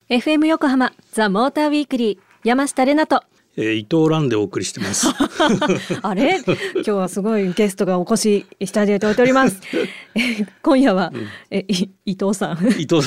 FM 横浜ザ・モーターウィークリー、山下れなと伊藤蘭でお送りしてますあれ今日はすごいゲストがお越しいただいております今夜は、伊藤さん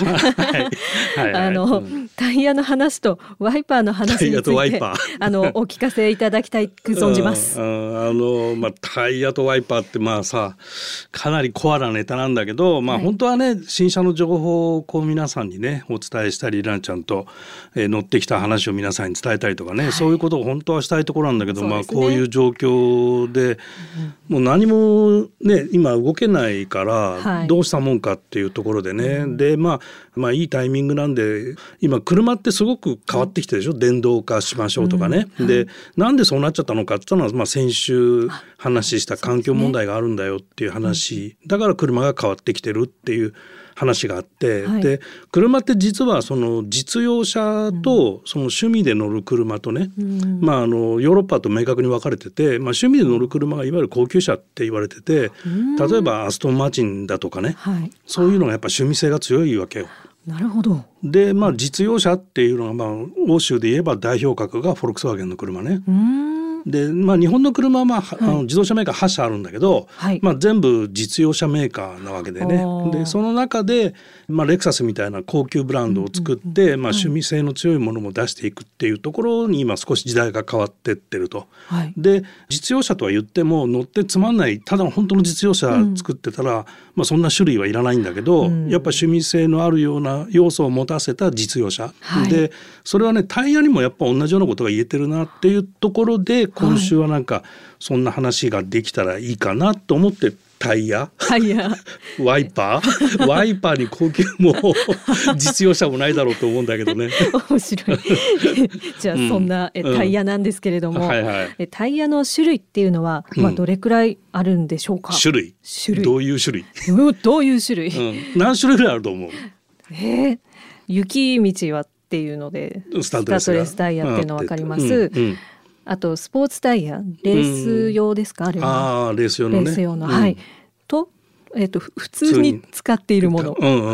タイヤの話とワイパーの話についてお聞かせいただきたいく存じますタイヤとワイパーってかなりコアなネタなんだけど、本当はね新車の情報を皆さんにねお伝えしたり、ランちゃんと、乗ってきた話を皆さんに伝えたりとかね、そういうことを本当はしたいところなんだけど、こういう状況で、もう何もね今動けないからどうしたもんかっていうところでね、でいいタイミングなんで、今車ってすごく変わってきてるでしょ、電動化しましょうとかね、でなんでそうなっちゃったのかっていうのは、先週話した環境問題があるんだよっていう話、だから車が変わってきてるっていう話があって、で車って実はその実用車とその趣味で乗る車とね、ヨーロッパと明確に分かれてて、趣味で乗る車がいわゆる高級車って言われてて、例えばアストンマーチンだとかね、そういうのがやっぱ趣味性が強いわけよ。 なるほど。 で実用車っていうのが、欧州で言えば代表格がフォルクスワーゲンの車ね。で日本の車は、自動車メーカー8社あるんだけど、全部実用車メーカーなわけでね。でその中で、レクサスみたいな高級ブランドを作って、趣味性の強いものも出していくっていうところに今少し時代が変わってってると。で実用車とは言っても乗ってつまんない、ただの本当の実用車作ってたら、そんな種類はいらないんだけど、やっぱ趣味性のあるような要素を持たせた実用車、でそれはねタイヤにもやっぱ同じようなことが言えてるなっていうところで、今週はそんな話ができたらいいかなと思って、タイヤワイパーに高級も実用車もないだろうと思うんだけどね面白いじゃあそんな、タイヤなんですけれども、タイヤの種類っていうのは、どれくらいあるんでしょうか。 種類どういう種類どういう種類、 何種類ぐらいあると思う。 雪道はっていうのでスタッドレスタイヤっていうの分かります、あとスポーツタイヤ、レース用ですか、あれは。 レース用のね。 レース用の、と、普通に使っているもの。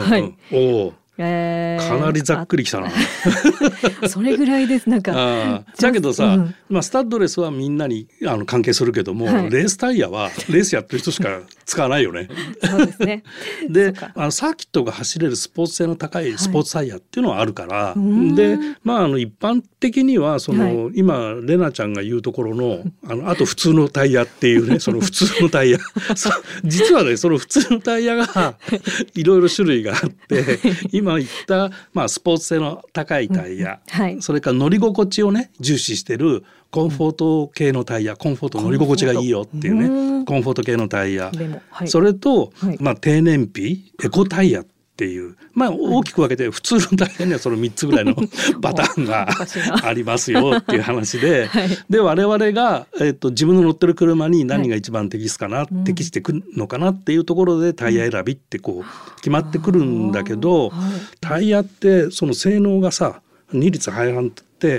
かなりざっくりきたなそれぐらいです。だけどさ、スタッドレスはみんなに関係するけども、レースタイヤはレースやってる人しか使わないよねそうですね。 でサーキットが走れるスポーツ性の高いスポーツタイヤっていうのはあるから、で一般的には今レナちゃんが言うところのあと普通のタイヤっていうねその普通のタイヤ実はねその普通のタイヤがいろいろ種類があって今言った、スポーツ性の高いタイヤ、それから乗り心地をね重視してるコンフォート系のタイヤ、コンフォート乗り心地がいいよっていうねコンフォート系のタイヤ、それと、低燃費エコタイヤっていう、大きく分けて普通のタイヤにはその3つぐらいのパターンがありますよっていう話で、で我々が、自分の乗ってる車に何が一番適してくるのかなっていうところでタイヤ選びって決まってくるんだけど、タイヤってその性能がさ二律背反って、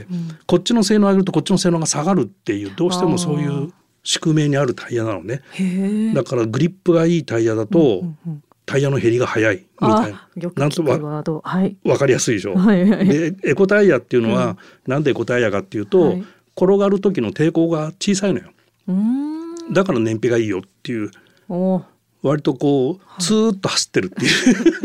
こっちの性能を上げるとこっちの性能が下がるっていう、どうしてもそういう宿命にあるタイヤなのね。だからグリップがいいタイヤだと、タイヤの減りが早いみたいな、なんと分かりやすいでしょ、でエコタイヤっていうのは、なんでエコタイヤかっていうと、転がる時の抵抗が小さいのよ。だから燃費がいいよっていう、割とツーッと走ってるって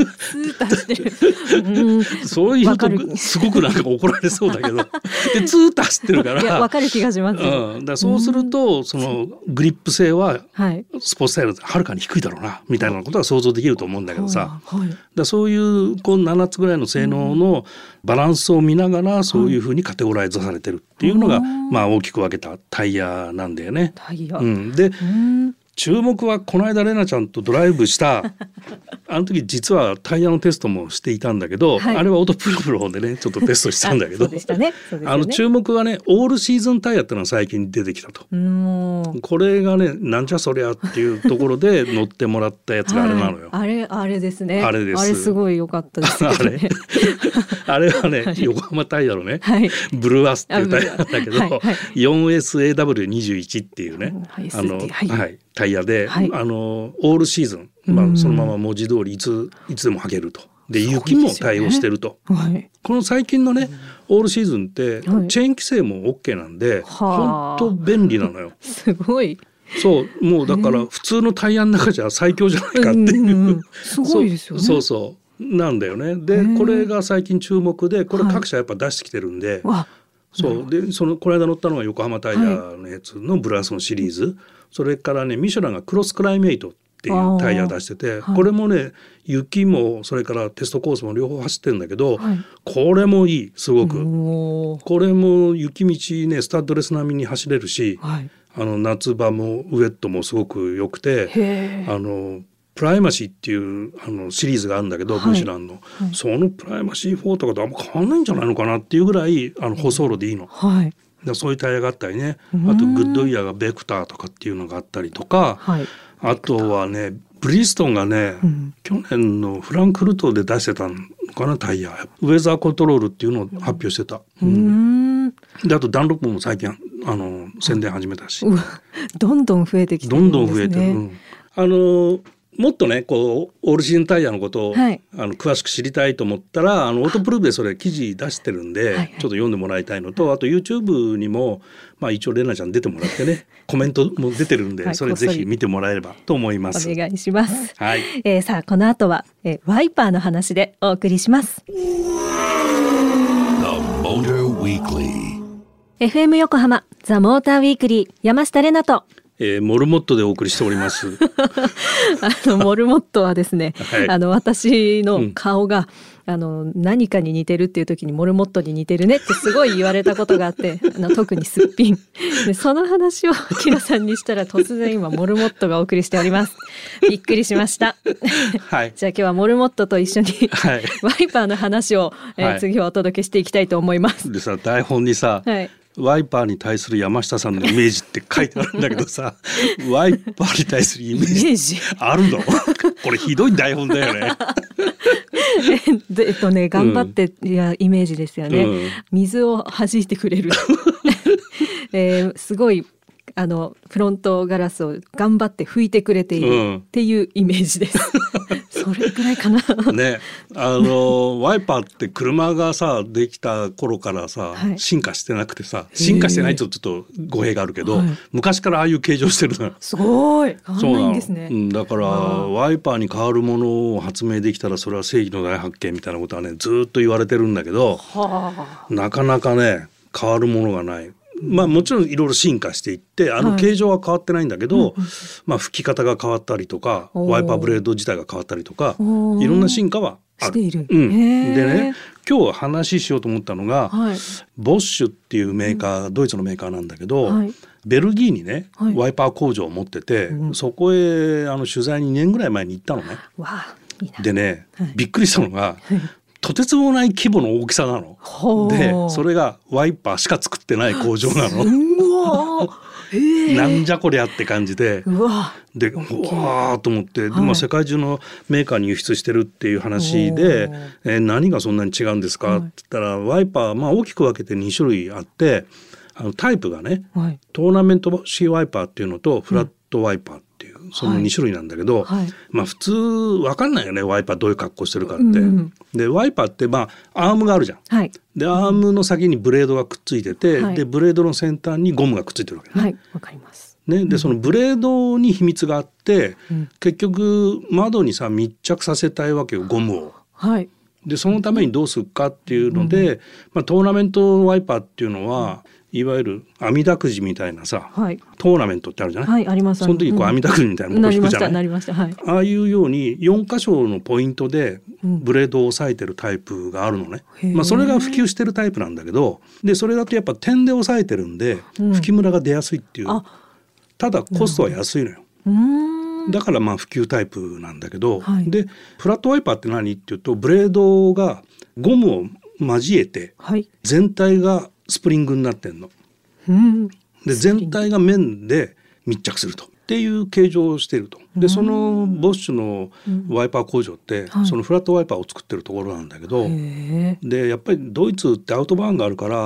いうそういうとすごく怒られそうだけどでツーッと走ってるから分かる気がします、 だそうするとそのグリップ性はスポーツタイヤよりはるかに低いだろうなみたいなことが想像できると思うんだけどさ、だそういう7つぐらいの性能のバランスを見ながらそういうふうにカテゴライズされてるっていうのが、大きく分けたタイヤなんだよね。で注目はこの間レナちゃんとドライブしたあの時実はタイヤのテストもしていたんだけど、あれはオートプロでねちょっとテストしたんだけど注目はねオールシーズンタイヤってのが最近出てきたと。これがねなんじゃそりゃっていうところで乗ってもらったやつがあれなのよ。 あれですね。 あれです。 あれすごい良かったですけどねあれはね、横浜タイヤのね、ブルーアースっていうタイヤなんだけど、4SAW21 っていうね、タイヤで、オールシーズン、そのまま文字通りいつでも履けると。 で雪も対応してると、 はい、 この最近のねオールシーズンってチェーン規制も OK なんで、本当便利なのよ。 すごい。 そうもうだから普通のタイヤの中じゃ最強じゃないかっていう、 すごいですよね。 そうなんだよね。でこれが最近注目で、これ各社やっぱ出してきてるんで、そうでこの間乗ったのが横浜タイヤのやつのブラソンシリーズ、それからねミシュランがクロスクライメイトっていうタイヤ出してて、これもね雪もそれからテストコースも両方走ってるんだけど、これもいいすごく。これも雪道ねスタッドレス並みに走れるし、夏場もウエットもすごく良くて、プライマシーっていうシリーズがあるんだけど、ミシュランの、そのプライマシー4とかとあんま変わんないんじゃないのかなっていうぐらい舗装路でいいの。そういうタイヤがあったりね、あとグッドイヤーがベクターとかっていうのがあったりとか、あとはねブリヂストンがね、去年のフランクフルトで出してたのかなタイヤ、ウェザーコントロールっていうのを発表してた。であとダンロップも最近宣伝始めたし、 どんどん増えてきてるんですね。どんどん増えてる、もっとねこうオールシーズンタイヤのことを、詳しく知りたいと思ったらオートプルーブでそれ記事出してるんで、ちょっと読んでもらいたいのと、あと YouTube にも、一応レナちゃん出てもらってねコメントも出てるんで、それぜひ見てもらえればと思います。 お願いします。さあこの後はワイパーの話でお送りします。FM 横浜ザ・モーターウィークリー、山下玲奈とモルモットでお送りしておりますモルモットはですね、私の顔が、何かに似てるっていう時にモルモットに似てるねってすごい言われたことがあって特にすっぴんで、その話をキラさんにしたら突然今モルモットがお送りしております。びっくりしました、じゃあ今日はモルモットと一緒に、ワイパーの話を、次はお届けしていきたいと思います。 でさ、台本にさ、ワイパーに対する山下さんのイメージって書いてあるんだけどさワイパーに対するイメージあるのこれひどい台本だよね頑張ってイメージですよね、水を弾いてくれるすごいフロントガラスを頑張って拭いてくれているっていうイメージです、それくらいかなね、ワイパーって車がさできた頃からさ、進化してなくてさ、進化してないとちょっと語弊があるけど、昔からああいう形状してるのよ。 すごい変わんないんですね。 だからワイパーに代わるものを発明できたらそれは正義の大発見みたいなことはねずっと言われてるんだけど、なかなかね変わるものがない。もちろんいろいろ進化していって形状は変わってないんだけど、吹き方が変わったりとかワイパーブレード自体が変わったりとかいろんな進化はある。でね今日話しようと思ったのが、ボッシュっていうメーカー、ドイツのメーカーなんだけど、ベルギーにね、ワイパー工場を持ってて、そこへ取材に2年ぐらい前に行ったのね。でね、びっくりしたのが、とてつもない規模の大きさなの。でそれがワイパーしか作ってない工場なの。なんじゃこりゃって感じで、うわーと思って、世界中のメーカーに輸出してるっていう話で、何がそんなに違うんですかって言ったら、ワイパー、大きく分けて2種類あって、タイプがね、トーナメント式ワイパーっていうのとフラットワイパーっていう、その2種類なんだけど、普通分かんないよね、ワイパーどういう格好してるかって。でワイパーってアームがあるじゃん。でアームの先にブレードがくっついてて、でブレードの先端にゴムがくっついてるわけね。 わかります。 でそのブレードに秘密があって、結局窓にさ密着させたいわけよ、ゴムを。でそのためにどうするかっていうので、トーナメントワイパーっていうのは、いわゆる網だくじみたいなさ、トーナメントってあるじゃない。 あります。 その時網だくじみたいなのを引くじゃない。ああいうように4箇所のポイントでブレードを押さえてるタイプがあるのね。それが普及してるタイプなんだけど、でそれだとやっぱ点で押さえてるんで、吹きムラが出やすいっていう。ただコストは安いのよ。だから普及タイプなんだけど、でフラットワイパーって何っていうと、ブレードがゴムを交えて、全体がスプリングになってんの。で全体が面で密着するとっていう形状をしていると。でそのボッシュのワイパー工場って、そのフラットワイパーを作ってるところなんだけど、でやっぱりドイツってアウトバーンがあるから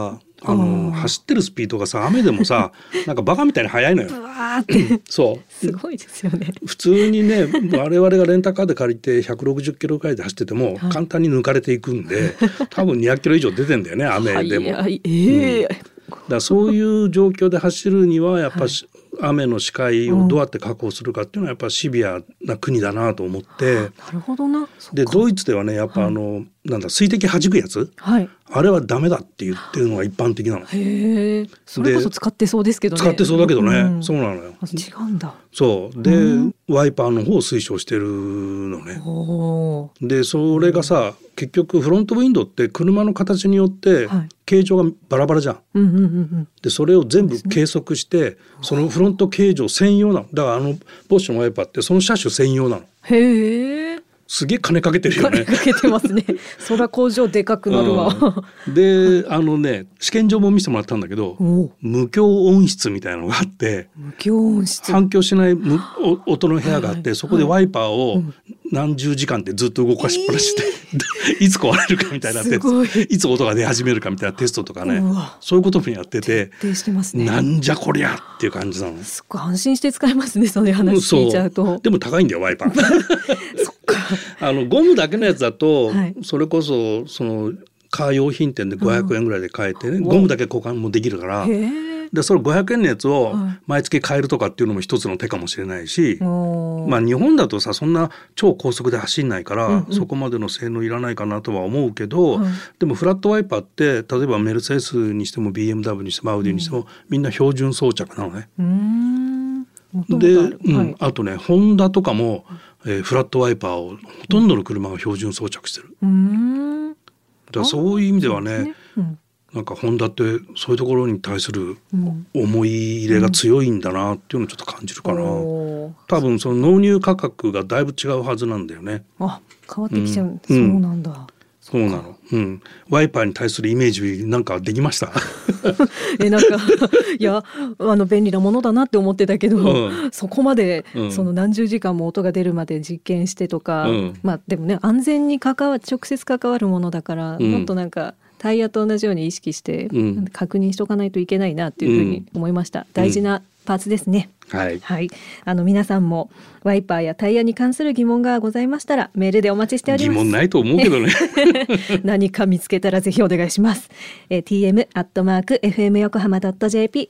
走ってるスピードがさ雨でもさなんかバカみたいに速いのよ。 わーってそうすごいですよね。 普通にね我々がレンタカーで借りて160キロくらいで走ってても簡単に抜かれていくんで、多分200キロ以上出てんだよね雨でも。だからそういう状況で走るにはやっぱ、雨の視界をどうやって確保するかっていうのはやっぱシビアな国だなと思って、 なるほどな。 でドイツではねやっぱなんだ水滴弾くやつ、あれはダメだって言ってるのが一般的なの。 へえ。それこそ使ってそうですけどね。 使ってそうだけどね、そうなのよ。 違うんだ。 そうで、ワイパーの方を推奨してるのね。でそれがさ結局フロントウィンドウって車の形によって形状がバラバラじゃん。でそれを全部計測してそのフロント形状専用なの。だからボッシュのワイパーってその車種専用なの。 へえ。 すげえ金かけてるよね。 金かけてますね。そりゃ工場でかくなるわ。 で試験場も見せてもらったんだけど無響音質みたいなのがあって、 無響音質反響しない音の部屋があって、そこでワイパーを何十時間ってずっと動かしっぱなしで、いつ壊れるかみたいなテスト、いつ音が出始めるかみたいなテストとかね、そういうこともやってて、 徹底してますね。 なんじゃこりゃっていう感じなの。 すごい安心して使えますね、その話聞いちゃうと。 でも高いんだよワイパー。 そっか。 ゴムだけのやつだと、それこそカー用品店で500円ぐらいで買えてね、ゴムだけ交換もできるから。でそれ500円のやつを毎月買えるとかっていうのも一つの手かもしれないし、まあ日本だとさそんな超高速で走んないから、そこまでの性能いらないかなとは思うけど、でもフラットワイパーって例えばメルセデスにしても BMW にしてもアウディにしても、みんな標準装着なのね。で、あとねホンダとかも、フラットワイパーをほとんどの車が標準装着してる。だからそういう意味ではね、なんかホンダってそういうところに対する思い入れが強いんだなっていうのをちょっと感じるかな。多分その納入価格がだいぶ違うはずなんだよね。 あ、変わってきちゃう、そうなんだ。 そうなの、ワイパーに対するイメージなんかできました？ なんかいや便利なものだなって思ってたけど、そこまで、その何十時間も音が出るまで実験してとか、まあでもね安全に直接関わるものだから、もっとなんかタイヤと同じように意識して確認しとかないといけないなっていうふうに思いました。大事なパーツですね。はい、皆さんもワイパーやタイヤに関する疑問がございましたらメールでお待ちしております。 疑問ないと思うけどね。 何か見つけたらぜひお願いします。tm@fmyokohama.jp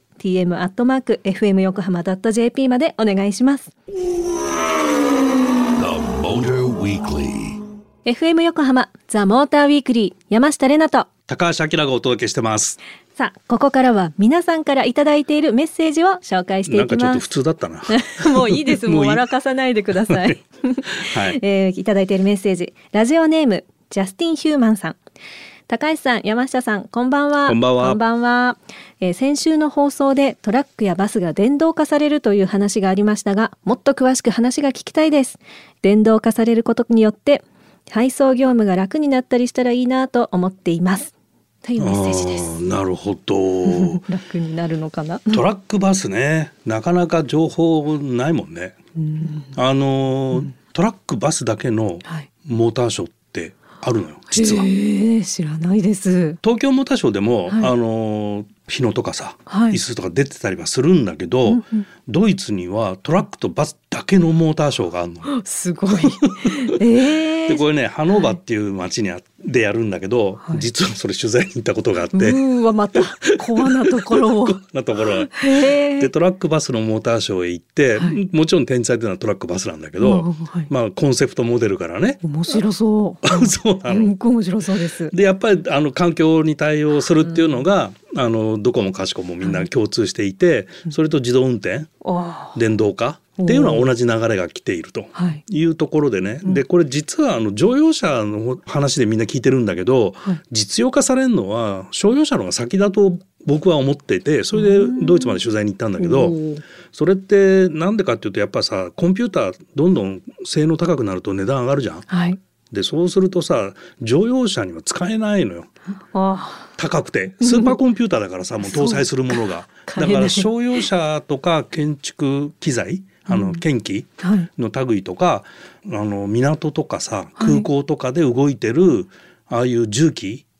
tm@fmyokohama.jp までお願いします。FM 横浜ザ・モーターウィークリー、山下れなと高橋明がお届けしてます。 さあここからは皆さんからいただいているメッセージを紹介していきます。 なんかちょっと普通だったな。 もういいです。もう笑かさないでください。いただいているメッセージ、ラジオネームジャスティン・ヒューマンさん。高橋さん、山下さん、こんばんは。 こんばんは。 こんばんは。先週の放送でトラックやバスが電動化されるという話がありましたが、もっと詳しく話が聞きたいです。電動化されることによって配送業務が楽になったりしたらいいなと思っていますというメッセージです。 なるほど。 楽になるのかな。 トラックバスね、なかなか情報ないもんね。トラックバスだけのモーターショーってあるのよ、実は。 知らないです。 東京モーターショーでも、日野とかさ、イスとか出てたりはするんだけど、ドイツにはトラックとバスだけのモーターショーがあるの。 すごい。 でこれねハノーバーっていう町でやるんだけど、実はそれ取材に行ったことがあって、 またコアなところを。 でトラックバスのモーターショーへ行って、もちろん展示されてるのはトラックバスなんだけど、まあコンセプトモデルからね。 面白そう。 そうなの。 面白そうです。 でやっぱり環境に対応するっていうのが、どこもかしこもみんな共通していて、それと自動運転、電動化っていうのは同じ流れが来ているというところでね、でこれ実は乗用車の話でみんな聞いてるんだけど、実用化されるのは商用車の方が先だと僕は思っていて、それでドイツまで取材に行ったんだけど、それってなんでかっていうとやっぱさコンピューターどんどん性能高くなると値段上がるじゃん。でそうするとさ乗用車には使えないのよ。高くてスーパーコンピューターだからさ、もう搭載するものがだから商用車とか建築機材建機の類とか、港とかさ空港とかで動いてるああいう重機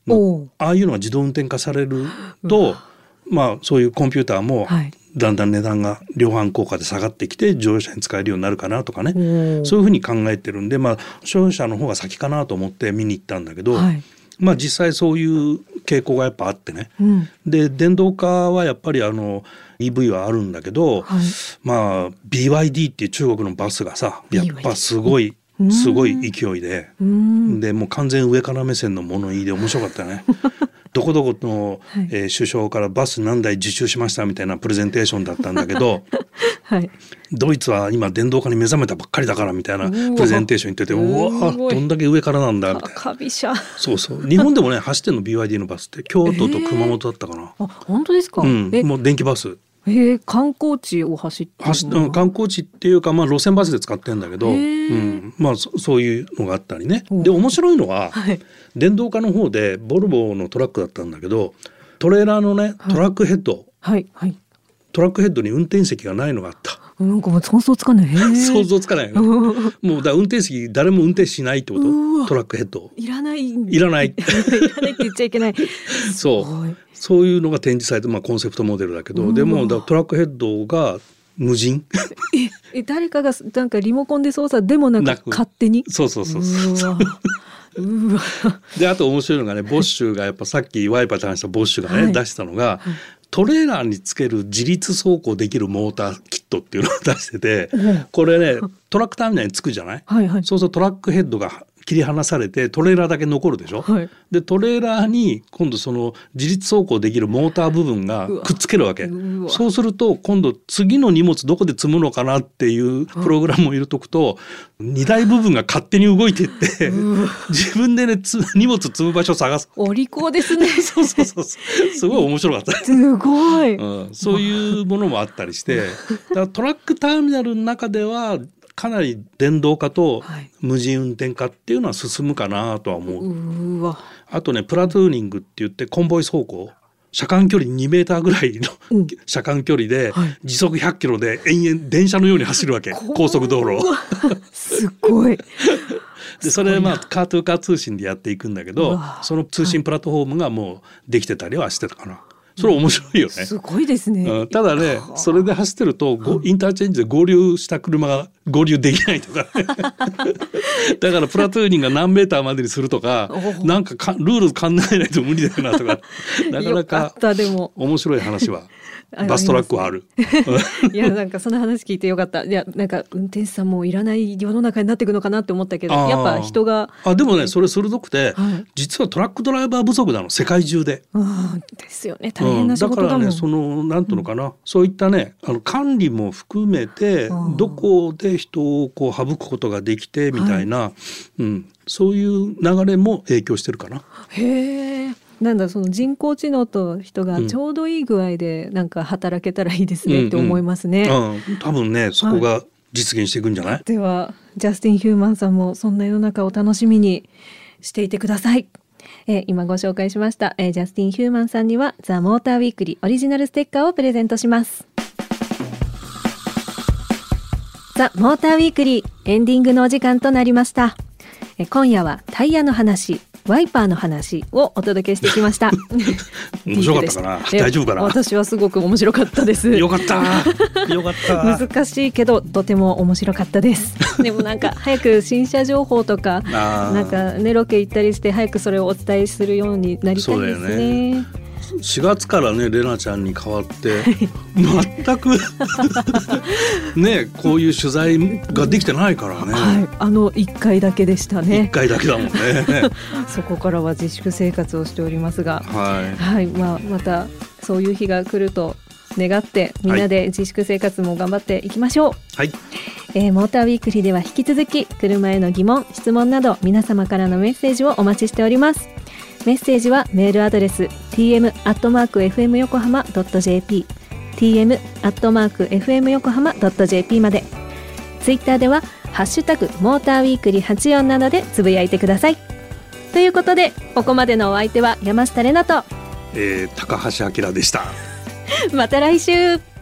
ああいうのが自動運転化されると、そういうコンピューターもだんだん値段が量販効果で下がってきて乗用車に使えるようになるかなとかね、そういうふうに考えてるんで、商用車の方が先かなと思って見に行ったんだけど、実際そういう傾向がやっぱあってね、で電動化はやっぱりEV はあるんだけど、BYD っていう中国のバスがさやっぱすごい勢いで、もう完全上から目線の物言いで面白かったね。どこどこの、首相からバス何台受注しましたみたいなプレゼンテーションだったんだけど、ドイツは今電動化に目覚めたばっかりだからみたいなプレゼンテーション言ってて、うわどんだけ上からなんだみたいな。そうそう日本でもね走ってんの BYD のバスって京都と熊本だったかな。 本当ですか。 もう電気バス。 観光地を走ってる観光地っていうか、路線バスで使ってんだけど、そういうのがあったりね。で面白いのは、電動化の方でボルボのトラックだったんだけど、トレーラーのねトラックヘッド、トラックヘッドに運転席がないのがあった。 なんかもう想像つかない。 想像つかないよね。もう運転席誰も運転しないってこと。トラックヘッドいらないって言っちゃいけない。 そういうのが展示されて、コンセプトモデルだけど、でもトラックヘッドが無人誰かがなんかリモコンで操作でもなく勝手に。 そうであと面白いのがね、ボッシュがやっぱさっきワイパーで話したボッシュがね、出したのが、トレーラーにつける自立走行できるモーターキットっていうのを出してて、これねトラックターミナルにつくじゃない、そうするとトラックヘッドが切り離されてトレーラーだけ残るでしょ、でトレーラーに今度その自立走行できるモーター部分がくっつけるわけ。そうすると今度次の荷物どこで積むのかなっていうプログラムを入れとくと、荷台部分が勝手に動いていって自分でね荷物積む場所を探す。 お利口ですね。 そうすごい面白かった。 すごい、 そういうものもあったりして、だからトラックターミナルの中ではかなり電動化と無人運転化っていうのは進むかなとは思う。あとねプラトゥーニングって言ってコンボイ走行、車間距離2メーターぐらいの車間距離で時速100キロで延々電車のように走るわけ、高速道路を。 すごい。 でそれカートゥーカー通信でやっていくんだけど、その通信プラットフォームがもうできてたりはしてたかな。それ面白いよね。 すごいですね。 ただねそれで走ってるとインターチェンジで合流した車が合流できないとか、ね、だからプラトゥーニングが何メーターまでにするとかなんかルール考えないと無理だよなとかなかなか面白い話はバストラックはある。 いやなんかその話聞いてよかった。いやなんか運転手さんもいらない世の中になっていくのかなって思ったけど、やっぱ人がでもねそれ鋭くて、実はトラックドライバー不足なの世界中で。 ですよね、大変な仕事だもん。 だからねなんとのかな、そういったね管理も含めてどこで人をこう省くことができてみたいな、そういう流れも影響してるかな。 へー。なんだその人工知能と人がちょうどいい具合でなんか働けたらいいですねって思いますね。 多分ねそこが実現していくんじゃない？ ではジャスティン・ヒューマンさんもそんな世の中を楽しみにしていてください。今ご紹介しました、ジャスティン・ヒューマンさんにはザ・モーターウィークリーオリジナルステッカーをプレゼントします。ザ・モーターウィークリーエンディングのお時間となりました。今夜はタイヤの話、ワイパーの話をお届けしてきました。 面白かったかな？大丈夫かな？ 私はすごく面白かったです。 よかった難しいけどとても面白かったです。でもなんか早く新車情報とかなんかねロケ行ったりして早くそれをお伝えするようになりたいですね。 4月からねレナちゃんに代わって全くねこういう取材ができてないからね。 1回だけでしたね。 1回だけだもんね。 そこからは自粛生活をしておりますが、またそういう日が来ると願ってみんなで自粛生活も頑張っていきましょう。モーターウィークリーでは引き続き車への疑問質問など皆様からのメッセージをお待ちしております。メッセージはメールアドレス tm@fmyokohama.jp tm@fmyokohama.jp まで。ツイッターではハッシュタグモーターウィークリー847でつぶやいてください。ということでここまでのお相手は山下玲奈と、 高橋明でした。 また来週。